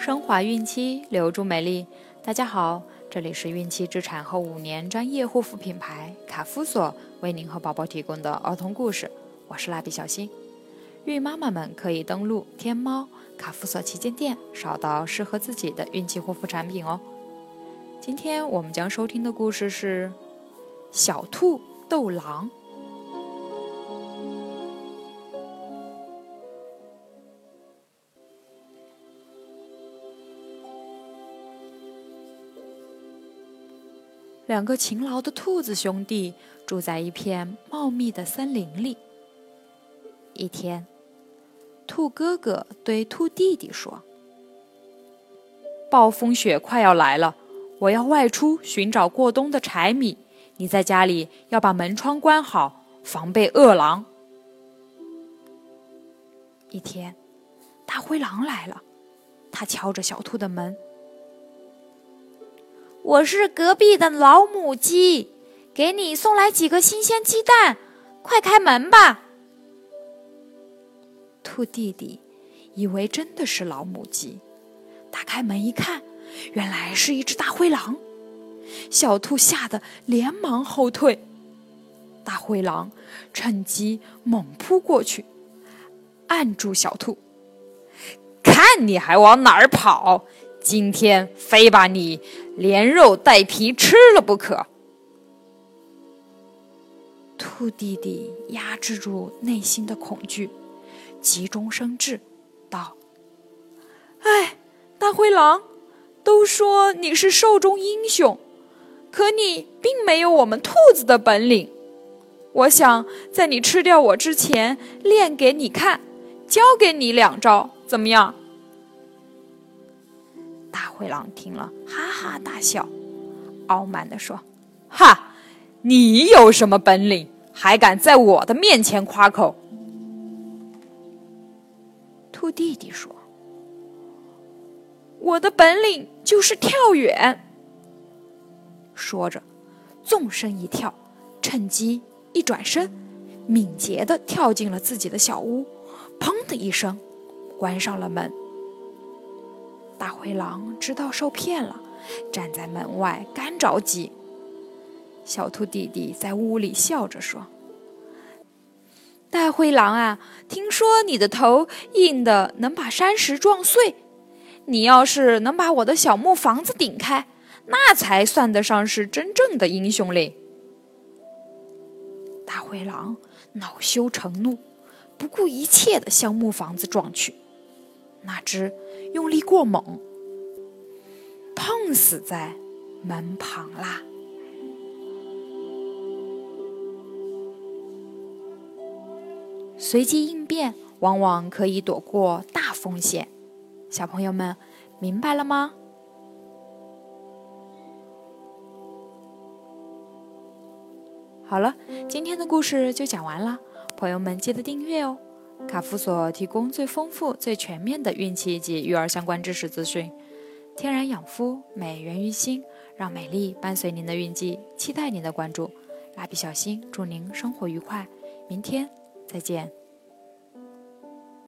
升华孕期，留住美丽。大家好，这里是孕期至产后5年专业护肤品牌卡夫索为您和宝宝提供的儿童故事，我是蜡笔小新。孕妈妈们可以登录天猫、卡夫索旗舰店，找到适合自己的孕期护肤产品哦。今天我们将收听的故事是小兔斗狼。2个勤劳的兔子兄弟住在一片茂密的森林里。一天，兔哥哥对兔弟弟说：“暴风雪快要来了，我要外出寻找过冬的柴米，你在家里要把门窗关好，防备饿狼。”一天，大灰狼来了，他敲着小兔的门：“我是隔壁的老母鸡，给你送来几个新鲜鸡蛋，快开门吧。”兔弟弟以为真的是老母鸡，打开门一看，原来是一只大灰狼。小兔吓得连忙后退，大灰狼趁机猛扑过去，按住小兔：“看你还往哪儿跑！今天非把你连肉带皮吃了不可！”兔弟弟压制住内心的恐惧，急中生智道：“哎，大灰狼，都说你是兽中英雄，可你并没有我们兔子的本领。我想在你吃掉我之前练给你看，教给你2招，怎么样？”大灰狼听了哈哈大笑，傲慢地说：“哈，你有什么本领，还敢在我的面前夸口？”兔弟弟说：“我的本领就是跳远。”说着纵身一跳，趁机一转身，敏捷地跳进了自己的小屋，砰的一声关上了门。大灰狼知道受骗了，站在门外干着急。小兔弟弟在屋里笑着说：“大灰狼啊，听说你的头硬的能把山石撞碎，你要是能把我的小木房子顶开，那才算得上是真正的英雄嘞。”大灰狼恼羞成怒，不顾一切地向木房子撞去。那只用力过猛，碰死在门旁啦。随机应变往往可以躲过大风险，小朋友们明白了吗？好了，今天的故事就讲完了，朋友们记得订阅哦。卡夫索提供最丰富、最全面的孕期及育儿相关知识资讯，天然养肤，美源于心，让美丽伴随您的孕期，期待您的关注。蜡笔小新祝您生活愉快，明天再见。